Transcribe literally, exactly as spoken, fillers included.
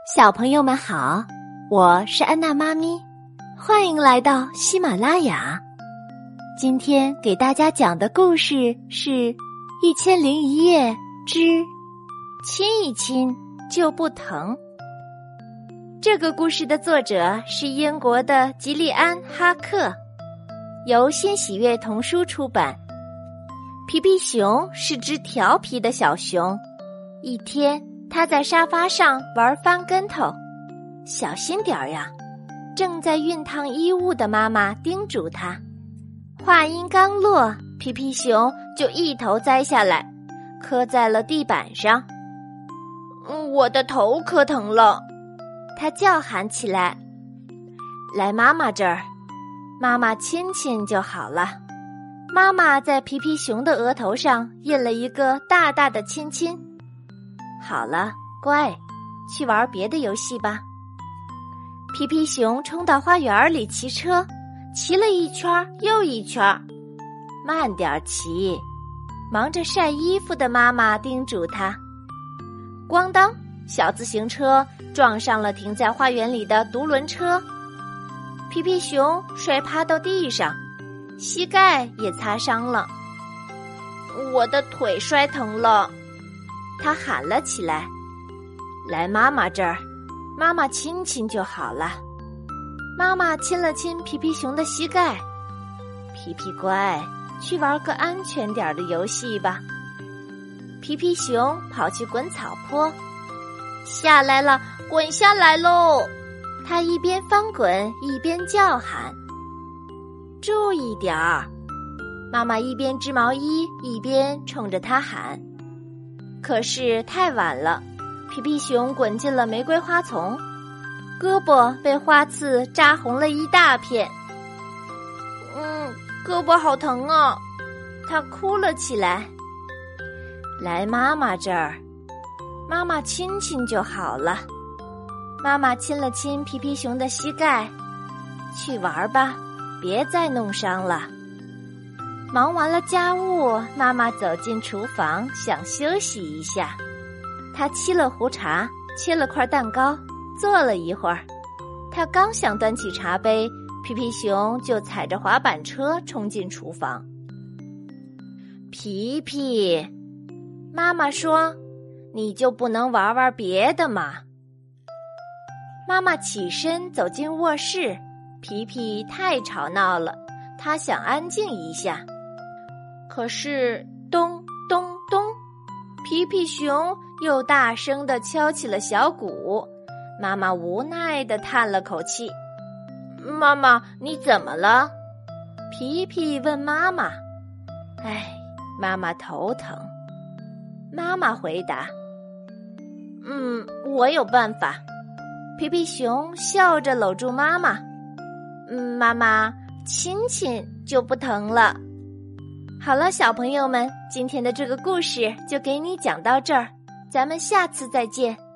小朋友们好，我是安娜妈咪，欢迎来到喜马拉雅。今天给大家讲的故事是《一千零一夜之亲一亲就不疼》。这个故事的作者是英国的吉利安·哈克，由新喜悦童书出版。皮皮熊是只调皮的小熊，一天他在沙发上玩翻跟头，小心点儿呀！正在熨烫衣物的妈妈叮嘱他。话音刚落，皮皮熊就一头栽下来，磕在了地板上。嗯，我的头磕疼了，他叫喊起来。来妈妈这儿，妈妈亲亲就好了。妈妈在皮皮熊的额头上印了一个大大的亲亲。好了，乖，去玩别的游戏吧。皮皮熊冲到花园里骑车，骑了一圈又一圈。慢点骑，忙着晒衣服的妈妈叮嘱他。咣当，小自行车撞上了停在花园里的独轮车，皮皮熊摔趴到地上，膝盖也擦伤了。我的腿摔疼了，他喊了起来。来妈妈这儿，妈妈亲亲就好了。妈妈亲了亲皮皮熊的膝盖。皮皮乖，去玩个安全点的游戏吧。皮皮熊跑去滚草坡。下来了，滚下来喽！他一边翻滚一边叫喊。注意点儿！妈妈一边织毛衣一边冲着他喊。可是太晚了，皮皮熊滚进了玫瑰花丛，胳膊被花刺扎红了一大片。嗯，胳膊好疼啊！他哭了起来。来妈妈这儿，妈妈亲亲就好了。妈妈亲了亲皮皮熊的膝盖。去玩吧，别再弄伤了。忙完了家务，妈妈走进厨房，想休息一下。她沏了壶茶，切了块蛋糕，坐了一会儿。她刚想端起茶杯，皮皮熊就踩着滑板车冲进厨房。皮皮，妈妈说，你就不能玩玩别的吗？妈妈起身走进卧室，皮皮太吵闹了，她想安静一下。可是咚咚咚，皮皮熊又大声地敲起了小鼓。妈妈无奈地叹了口气。妈妈，你怎么了？皮皮问妈妈。唉，妈妈头疼。妈妈回答。嗯，我有办法。皮皮熊笑着搂住妈妈。嗯，妈妈，亲亲就不疼了。好了，小朋友们，今天的这个故事就给你讲到这儿，咱们下次再见。